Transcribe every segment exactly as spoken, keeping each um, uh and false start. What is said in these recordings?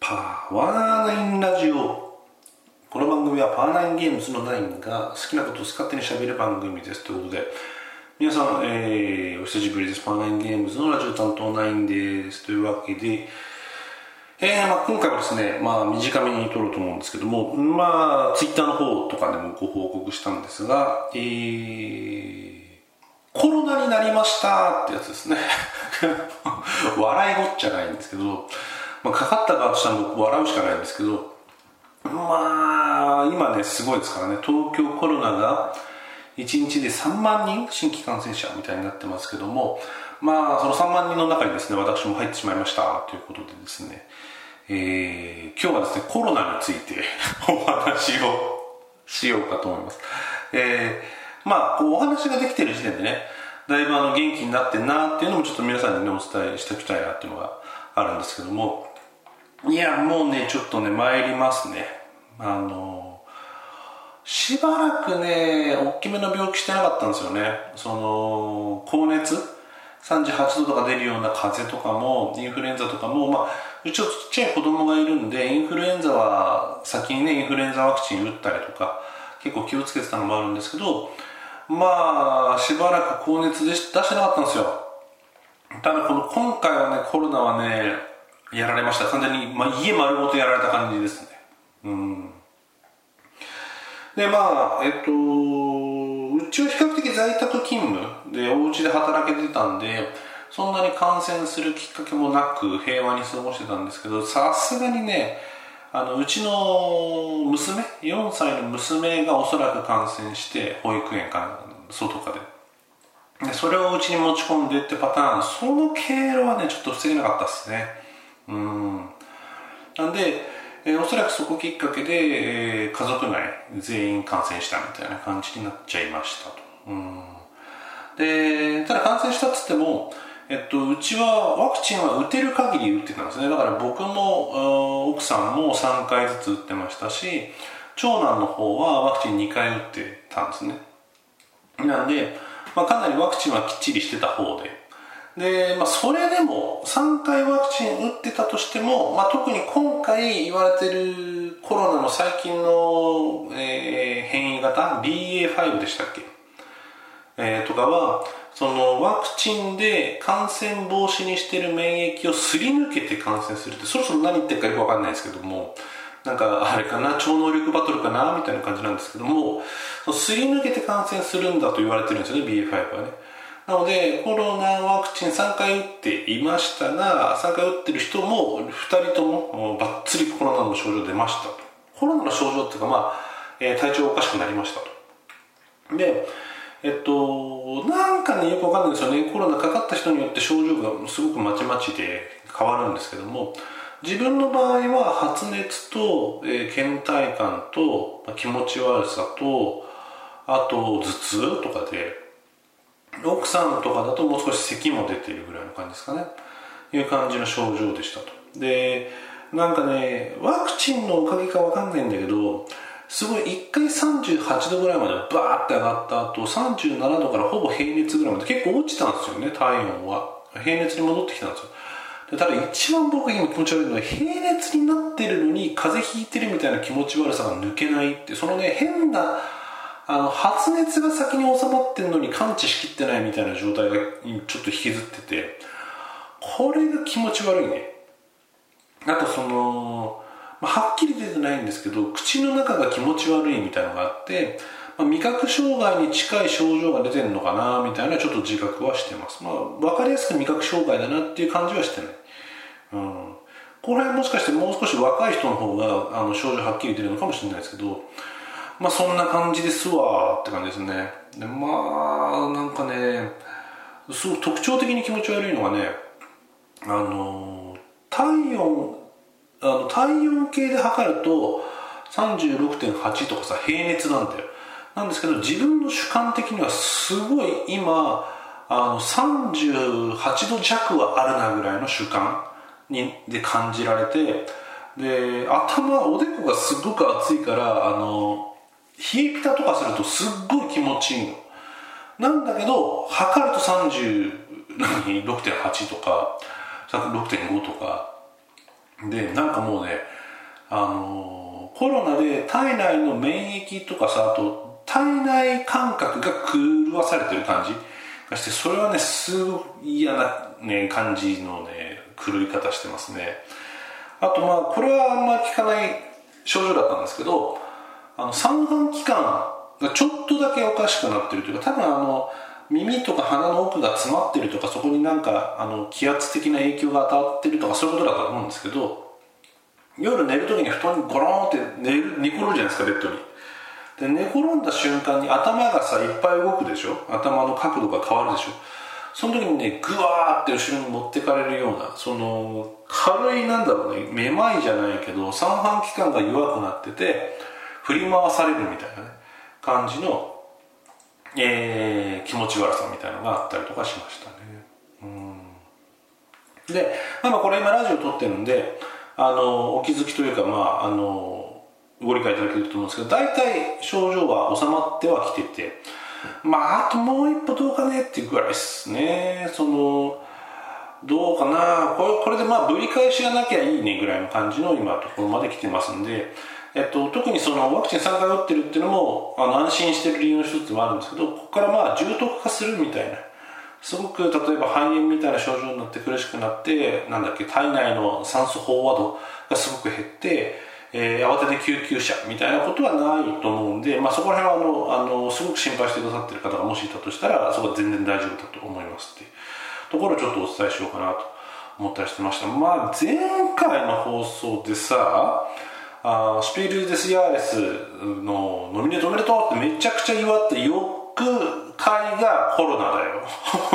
パワーナインラジオ。この番組はパワーナインゲームズのナインが好きなことを勝手に喋る番組ですということで、皆さん、えー、お久しぶりです。パワーナインゲームズのラジオ担当ナインですというわけで、えーまあ、今回はですね、まあ、短めに撮ろうと思うんですけども、まあ、ツイッターの方とかでもご報告したんですが、えー、コロナになりましたってやつですね。笑いごっちゃないんですけど、まあ、かかった側としてはもう笑うしかないんですけど、まあ、今ね、すごいですからね、東京コロナがいちにちでさんまんにん新規感染者みたいになってますけども、まあ、そのさんまんにんの中にですね、私も入ってしまいましたということでですね、えー、今日はですね、コロナについてお話をしようかと思います。えー、まあ、こうお話ができている時点でね、だいぶあの元気になってんなっていうのもちょっと皆さんにね、お伝えしておきたいなっていうのがあるんですけども、いや、もうね、ちょっとね、参りますね。あの、しばらくね、大きめの病気してなかったんですよね。その、高熱さんじゅうはちどとか出るような風邪とかも、インフルエンザとかも、まあ、うちはちっちゃい子供がいるんで、インフルエンザは先にね、インフルエンザワクチン打ったりとか、結構気をつけてたのもあるんですけど、まあ、しばらく高熱で出してなかったんですよ。ただこの今回はね、コロナはね、やられました。完全に、まあ、家丸ごとやられた感じですね。うん。で、まあ、えっと、うちは比較的在宅勤務で、お家で働けてたんで、そんなに感染するきっかけもなく平和に過ごしてたんですけど、さすがにね、あのうちの娘よんさいの娘がおそらく感染して保育園か外かででそれをうちに持ち込んでってパターン、その経路はねちょっと防げなかったですね。うんなんで、えー、おそらくそこきっかけで、えー、家族内全員感染したみたいな感じになっちゃいましたと。うんでただ感染したっつってもえっと、うちはワクチンは打てる限り打ってたんですね。だから僕も奥さんもさんかいずつ打ってましたし、長男の方はワクチンにかい打ってたんですね。なんで、まあ、かなりワクチンはきっちりしてた方でで、まあ、それでもさんかいワクチン打ってたとしても、まあ、特に今回言われてるコロナの最近の、えー、変異型 ビーエーファイブ でしたっけ、えー、とかはそのワクチンで感染防止にしてる免疫をすり抜けて感染するって、そろそろ何言ってるかよく分かんないですけども、なんかあれかな、超能力バトルかなみたいな感じなんですけども、すり抜けて感染するんだと言われてるんですよね、 ビーエーファイブ はね。なのでコロナワクチンさんかい打っていましたが、さんかい打ってる人もふたりともバッツリコロナの症状出ましたと。コロナの症状っていうか、まあえー、体調おかしくなりましたと。でえっと、なんかねよくわかんないですよね。コロナかかった人によって症状がすごくまちまちで変わるんですけども、自分の場合は発熱と、えー、倦怠感と、まあ、気持ち悪さと、あと頭痛とかで、奥さんとかだともう少し咳も出ているぐらいの感じですかね、いう感じの症状でしたと。でなんかねワクチンのおかげかわかんないんだけど、すごいいっかいさんじゅうはちどぐらいまでバーって上がった後さんじゅうななどからほぼ平熱ぐらいまで結構落ちたんですよね。体温は平熱に戻ってきたんですよ。でただ一番僕が今気持ち悪いのは、平熱になってるのに風邪ひいてるみたいな気持ち悪さが抜けないって、そのね変なあの発熱が先に収まってるのに感知しきってないみたいな状態がちょっと引きずってて、これが気持ち悪いね。あとそのはっきり出てないんですけど、口の中が気持ち悪いみたいなのがあって、まあ、味覚障害に近い症状が出てるのかなみたいなちょっと自覚はしてます。まあ分かりやすく味覚障害だなっていう感じはしてない。うん、この辺もしかしてもう少し若い人の方があの症状はっきり出るのかもしれないですけど、まあそんな感じですわって感じですね。でまあなんかねすごく特徴的に気持ち悪いのがね、あの体温あの体温計で測ると さんじゅうろくてんはち とかさ平熱なんだよ。なんですけど自分の主観的にはすごい今あのさんじゅうはちど弱はあるなぐらいの主観にで感じられて、で頭おでこがすごく熱いからあの冷えピタとかするとすっごい気持ちいいのなんだけど、測るとさんじゅうろくてんはちとかろくてんごとかでなんかもうねあのコロナで体内の免疫とかさ、あと体内感覚が狂わされてる感じがして、それはねすごい嫌な、ね、感じのね狂い方してますね。あとまあこれはあんまり効かない症状だったんですけど、あの三半規管がちょっとだけおかしくなってるというか、多分あの耳とか鼻の奥が詰まってるとか、そこになんかあの気圧的な影響が当たってるとか、そういうことだと思うんですけど、夜寝る時に布団にゴローンって寝る寝転ぶじゃないですか、ベッドに。で寝転んだ瞬間に頭がさいっぱい動くでしょ、頭の角度が変わるでしょ。その時にねグワーって後ろに持ってかれるような、その軽いなんだろうね、めまいじゃないけど三半規管が弱くなってて振り回されるみたいなね感じの、えー、気持ち悪さみたいなのがあったりとかしましたね。うんで、まあ、これ今ラジオ撮ってるんであのお気づきというか、まあ、あのご理解いただけると思うんですけど、大体症状は収まってはきてて、まああともう一歩どうかねっていうぐらいですね。そのどうかな、これ、これでまあぶり返しがなきゃいいねぐらいの感じの今ところまで来てますんで、えっと、特にそのワクチンさんかい打ってるっていうのもあの安心してる理由の一つもあるんですけど、ここからまあ重篤化するみたいな、すごく例えば肺炎みたいな症状になって苦しくなって、なんだっけ、体内の酸素飽和度がすごく減って、えー、慌てて救急車みたいなことはないと思うんで、まあ、そこら辺はあのあのすごく心配してくださってる方がもしいたとしたら、そこは全然大丈夫だと思いますっていうところをちょっとお伝えしようかなと思ったりしてました。まあ、前回の放送でさあシュピール・デス・ヤーレスのノミネートおめでとうってめちゃくちゃ祝って、翌回がコロナだよ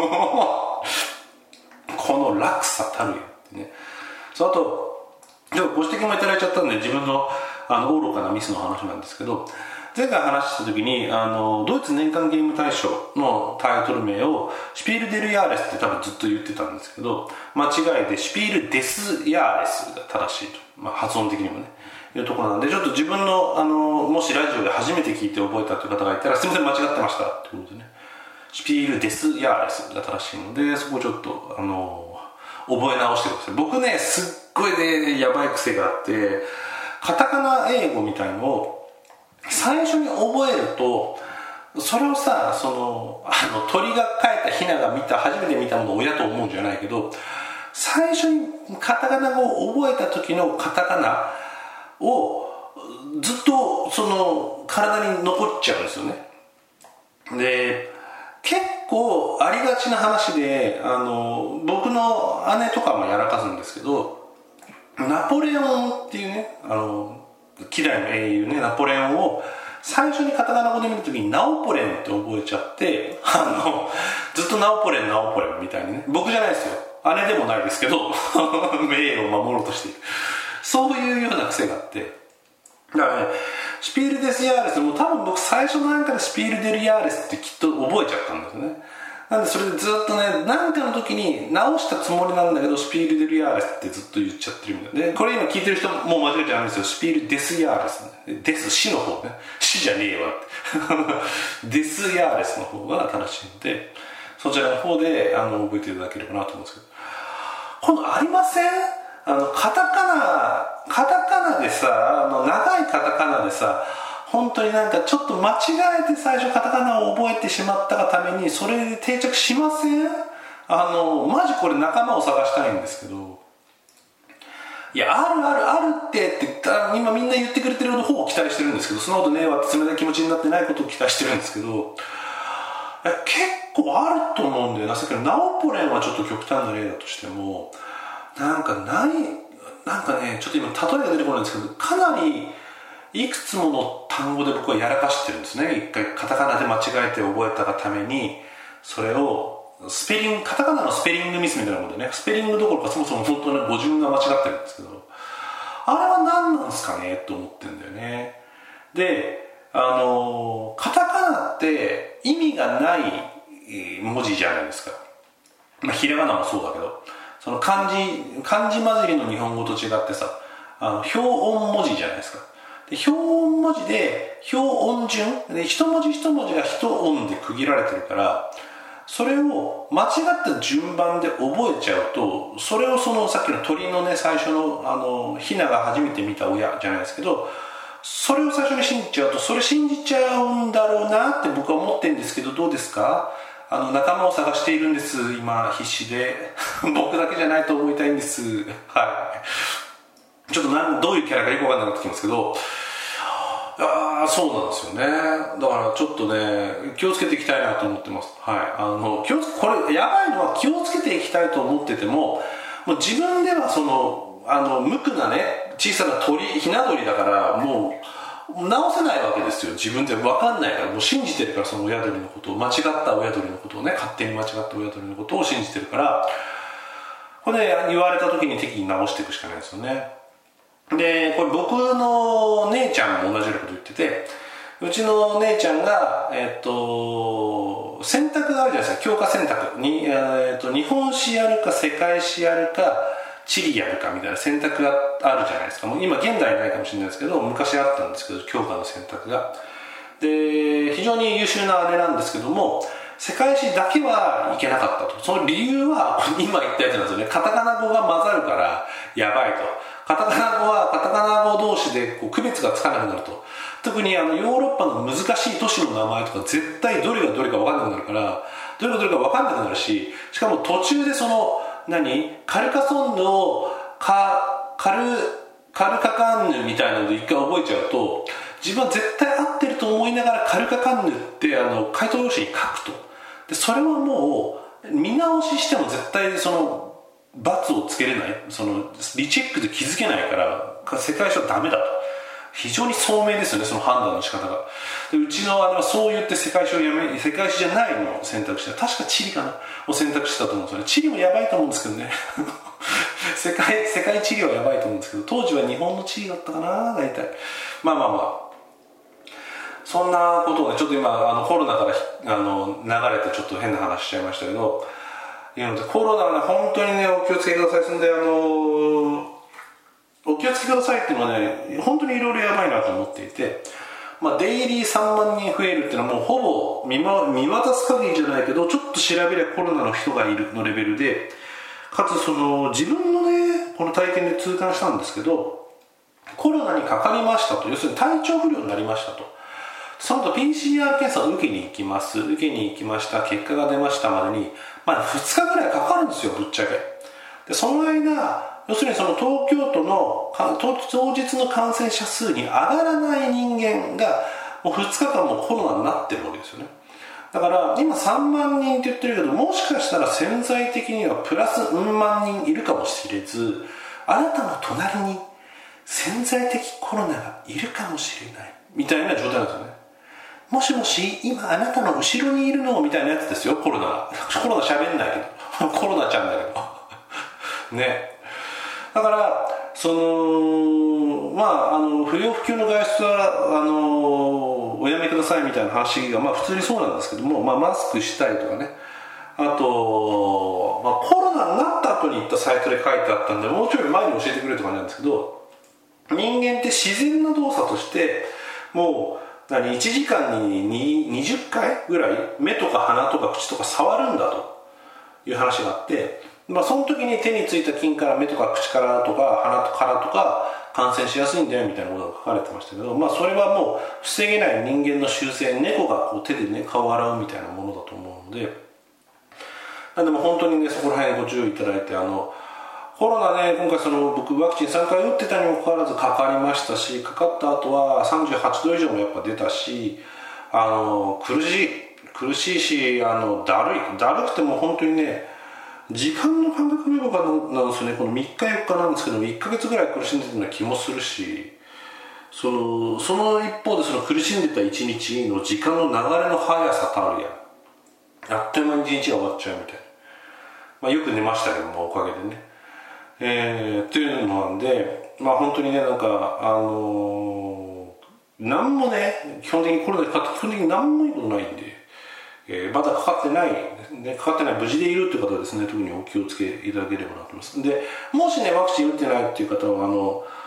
この落差たるやってね。そう、あとでもご指摘もいただいちゃったんで、自分のあの愚かなミスの話なんですけど、前回話した時にあのドイツ年間ゲーム大賞のタイトル名をシュピール・デル・ヤーレスって多分ずっと言ってたんですけど、間違いでシュピール・デス・ヤーレスが正しいと、まあ、発音的にもねいうところなんで、ちょっと自分のあのもしラジオで初めて聞いて覚えたという方がいたら、すいません間違ってましたってことでね、シュピール・デス・ヤーレスが正しいので、そこをちょっとあの覚え直してください。僕ねすっごいねやばい癖があって、カタカナ英語みたいのを最初に覚えると、それをさそのあの鳥が描いたヒナが見た初めて見たものを親と思うんじゃないけど、最初にカタカナ語を覚えた時のカタカナをずっとその体に残っちゃうんですよね。で結構ありがちな話で、あの僕の姉とかもやらかすんですけど、ナポレオンっていうね、あの希代の英雄ね、ナポレオンを最初にカタカナ語で見るときにナオポレンって覚えちゃって、あのずっとナオポレンナオポレンみたいにね、僕じゃないですよ、姉でもないですけど名誉を守ろうとしている、そういうような癖があって、だからね、シュピール・デス・ヤーレスも多分僕最初のなんかでシュピール・デル・ヤーレスってきっと覚えちゃったんですよね。なんでそれでずっとね、何かの時に直したつもりなんだけど、シュピール・デル・ヤーレスってずっと言っちゃってるみたいで、これ今聞いてる人もう間違えちゃうんですよ。シュピール・デス・ヤーレス、ね、デス、死の方ね、死じゃねえわってデス・ヤーレスの方が正しいので、そちらの方であの覚えていただければなと思うんですけど、今度ありません？あのカタカナカタカナでさ、あの長いカタカナでさ、本当になんかちょっと間違えて最初カタカナを覚えてしまったがためにそれで定着しません？あのマジこれ仲間を探したいんですけど、いやあるあるあるってって今みんな言ってくれてる方を期待してるんですけど、そのことねえわって冷たい気持ちになってないことを期待してるんですけど、いや結構あると思うんだよな。さっきのナオポレンはちょっと極端な例だとしても、なんかないなんかね、ちょっと今例えが出てこないんですけど、かなりいくつもの単語で僕はやらかしてるんですね。一回カタカナで間違えて覚えたがために、それをスペリング、カタカナのスペリングミスみたいなものでね、スペリングどころかそもそも本当に語順が間違ってるんですけど、あれは何なんですかねと思ってるんだよね。で、あのカタカナって意味がない文字じゃないですか。まあひらがなもそうだけど、その漢字漢字混じりの日本語と違ってさ、あの表音文字じゃないですか。で表音文字で表音順で一文字一文字が一音で区切られてるから、 それを間違った順番で覚えちゃうと、それをそのさっきの鳥のね最初のあのヒナが初めて見た親じゃないですけど、それを最初に信じちゃうと、それ信じちゃうんだろうなって僕は思ってるんですけど、どうですか？あの仲間を探しているんです、今必死で僕だけじゃないと思いたいんです。はい、ちょっとなんどういうキャラかよく分かんなくなってきますけど、ああそうなんですよね。だからちょっとね気をつけていきたいなと思ってます。はい、あの気をつけこれやばいのは気をつけていきたいと思ってても、もう自分ではそのあの無垢なね小さな鳥ひな鳥だからもう直せないわけですよ。自分で分かんないから、もう信じてるから、その親鳥のことを、間違った親鳥のことをね、勝手に間違った親鳥のことを信じてるから、これ、ね、言われた時に適宜直していくしかないですよね。でこれ僕の姉ちゃんも同じようなこと言ってて、うちの姉ちゃんが、えっと、選択があるじゃないですか、教科選択に、えっと、日本史やるか世界史やるか地理やるかみたいな選択があるじゃないですか。もう今現代ないかもしれないですけど、昔あったんですけど、教科の選択が。で非常に優秀な姉なんですけども、世界史だけはいけなかったと。その理由は今言ったやつなんですよね。カタカナ語が混ざるからやばいと。カタカナ語はカタカナ語同士でこう区別がつかなくなると。特にあのヨーロッパの難しい都市の名前とか絶対どれがどれか分かんなくなるから、どれがどれか分かんなくなるし、しかも途中でその何カルカソンヌをカカルカルカカンヌみたいなので一回覚えちゃうと、自分は絶対合ってると思いながらカルカカンヌってあの回答用紙に書くと。でそれはもう見直ししても絶対その罰をつけれない、そのリチェックで気づけないから世界史はダメだと。非常に聡明ですよね、その判断の仕方が。でうちの姉はそう言って世界史をやめ、世界史じゃないのを選択した。確か地理かなを選択したと思うんですよね。地理もやばいと思うんですけどね世界世界地理はやばいと思うんですけど、当時は日本の地理だったかな大体。まあまあまあ、そんなことをね、ちょっと今あのコロナからあの流れてちょっと変な話しちゃいましたけど、いうのでコロナはね本当にねお気をつけください。そんであのお気をつけくださいっていうのはね本当にいろいろやばいなと思っていて、まあ、デイリーさんまんにん増えるっていうのはもうほぼ 見,、ま、見渡す限りじゃないけど、ちょっと調べればコロナの人がいるのレベルで、かつその自分のねこの体験で痛感したんですけど、コロナにかかりましたと、要するに体調不良になりましたと。その後 ピーシーアール 検査を受けに行きます、受けに行きました、結果が出ましたまでにまだふつかぐらいかかるんですよ、ぶっちゃけ。でその間要するにその東京都の当日の感染者数に上がらない人間がもうふつかかんもコロナになってるわけですよね。だから今さんまんにんって言ってるけど、もしかしたら潜在的にはプラスうん万人いるかもしれず、あなたの隣に潜在的コロナがいるかもしれないみたいな状態なんですよね。もしもし今あなたの後ろにいるのみたいなやつですよ、コロナ。コロナ喋んないけどコロナちゃんだけどね。だからそのまああの不要不急の外出はあのおやめくださいみたいな話がまあ普通にそうなんですけども、まあ、マスクしたりとかね、あと、まあ、コロナになった後に行ったサイトで書いてあったんでもうちょい前に教えてくれって感じなんですけど、人間って自然な動作としてもう何いちじかんににじゅっかいぐらい目とか鼻とか口とか触るんだという話があって、まあ、その時に手についた菌から目とか口からとか鼻とからとか感染しやすいんだよみたいなことが書かれてましたけど、まあ、それはもう防げない人間の習性、猫がこう手でね顔を洗うみたいなものだと思うので、なんでも本当にねそこら辺ご注意いただいて、あのコロナね今回その僕ワクチンさんかい打ってたにもかかわらずかかりましたし、かかった後はさんじゅうはちど以上もやっぱ出たし、あの苦しい苦しいしあのだるいだるくても本当にね時間の感覚がなんですよね。このみっかよっかなんですけどいっかげつぐらい苦しんでたような気もするし、そのその一方でその苦しんでたいちにちの時間の流れの速さたるやあっという間にいちにちが終わっちゃうみたいな、まあ、よく寝ましたけどもおかげでね、えー、っていうのなんで、まあ本当にねなんかあのー、なんもね基本的にコロナにかかって基本的に何もいいことないんで、えー、まだかかってない、ね、かかってない無事でいるっていう方はですね特にお気をつけいただければなと思います。でもしねワクチン打ってないっていう方はあの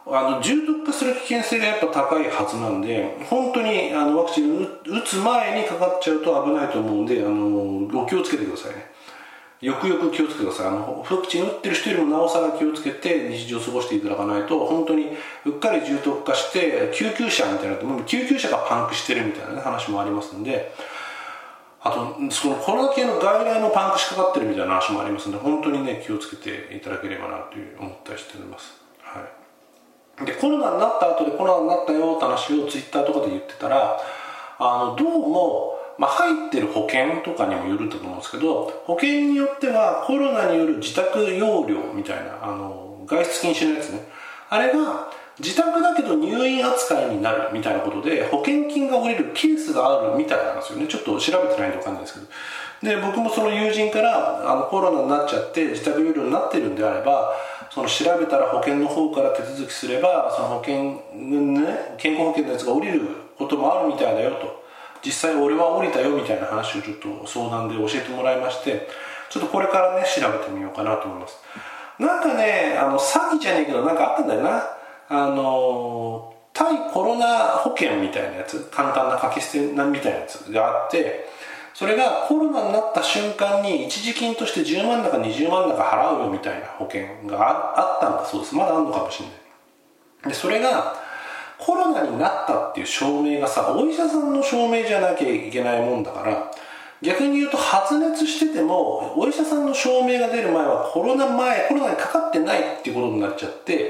あの重篤化する危険性がやっぱ高いはずなんで、本当にあのワクチンを打つ前にかかっちゃうと危ないと思うんで、あのお気をつけてくださいね。よくよく気をつけてください。あのワクチン打ってる人よりもなおさら気をつけて日常を過ごしていただかないと、本当にうっかり重篤化して救急車みたいな、もう救急車がパンクしてるみたいな、ね、話もありますんで、あとそのコロナ系の外来のパンクしかかってるみたいな話もありますので、本当にね気をつけていただければなという思ったりしております。はい、でコロナになった後でコロナになったよって話をツイッターとかで言ってたら、あのどうも、まあ、入ってる保険とかにもよると思うんですけど、保険によってはコロナによる自宅療養みたいな、あの外出禁止のやつね、あれが自宅だけど入院扱いになるみたいなことで保険金が下りるケースがあるみたいなんですよね。ちょっと調べてないんで分かんないですけど、で僕もその友人からあのコロナになっちゃって自宅療養になってるんであれば、その調べたら保険の方から手続きすればその保険、ね、健康保険のやつが下りることもあるみたいだよと、実際俺は降りたよみたいな話をちょっと相談で教えてもらいまして、ちょっとこれからね調べてみようかなと思います。なんかね、あの詐欺じゃねえけどなんかあったんだよな、あの対コロナ保険みたいなやつ、簡単な書き捨てなみたいなやつがあって、それがコロナになった瞬間に一時金としてじゅうまんだかにじゅうまんだか払うよみたいな保険が あ, あったんだそうです。まだあるのかもしれない。でそれがコロナになったっていう証明がさ、お医者さんの証明じゃなきゃいけないもんだから、逆に言うと発熱しててもお医者さんの証明が出る前はコロナ前コロナにかかってないっていうことになっちゃって、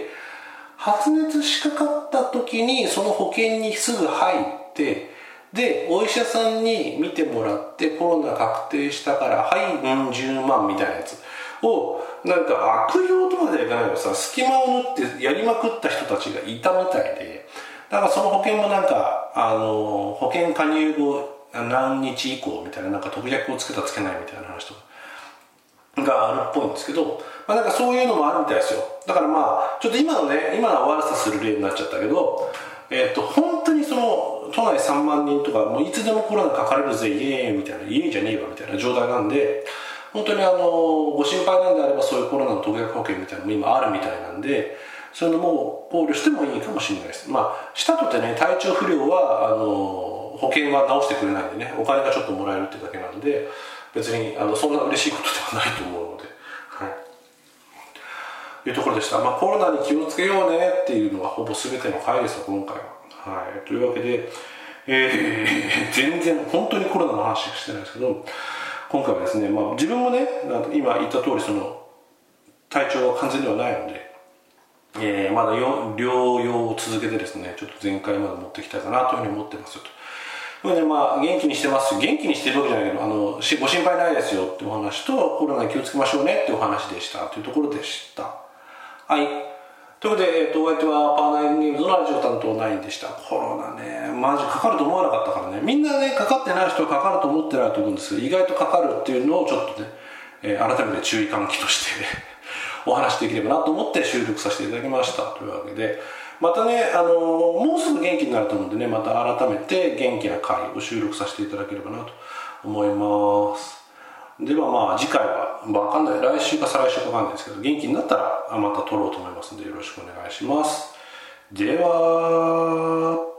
発熱しかかった時にその保険にすぐ入って、でお医者さんに見てもらってコロナ確定したからはいじゅうまんみたいなやつをなんか悪用とまではいかないけどさ、隙間を縫ってやりまくった人たちがいたみたいで、だからその保険もなんかあの保険加入後何日以降みたいな、なんか特約をつけたつけないみたいな話とかがあるっぽいんですけど、まあ、なんかそういうのもあるみたいですよ。だからまあちょっと今のね、今の悪さする例になっちゃったけど、えー、と本当にその都内さんまんにんとかもういつでもコロナかかれるぜイエーイみたいな、イエーイじゃねえわみたいな状態なんで、本当にあのご心配なんであればそういうコロナの特約保険みたいなのも今あるみたいなんで、そういうのも考慮してもいいかもしれないです。まあしたとてね、体調不良はあの保険は直してくれないんでね、お金がちょっともらえるってだけなんで、別にあのそんな嬉しいことではないと思うので、はい、いうところでした。まあ、コロナに気をつけようねっていうのがほぼ全ての回ですよ今回は。はい、というわけで、えー、全然本当にコロナの話しかしてないですけど、今回はですね、まあ、自分もね今言った通りその体調は完全ではないので、えー、まだ療養を続けてですね、ちょっと全開まで持っていきたいかなというふうに思ってますよと。それでまあ元気にしてますし、元気にしてるわけじゃないけど、あのご心配ないですよってお話と、コロナに気をつけましょうねってお話でしたというところでした。はい、ということで、えー、とお相手はパーナインゲームズのラジオ担当ナインでした。コロナね、マジかかると思わなかったからね、みんなねかかってない人はかかると思ってないと思うんですけど、意外とかかるっていうのをちょっとね、えー、改めて注意喚起としてお話できればなと思って収録させていただきましたというわけで、またね、あのー、もうすぐ元気になると思うんでね、また改めて元気な回を収録させていただければなと思います。ではまあ次回は分かんない、来週か再来週か分かんないですけど、元気になったらまた撮ろうと思いますのでよろしくお願いします。では。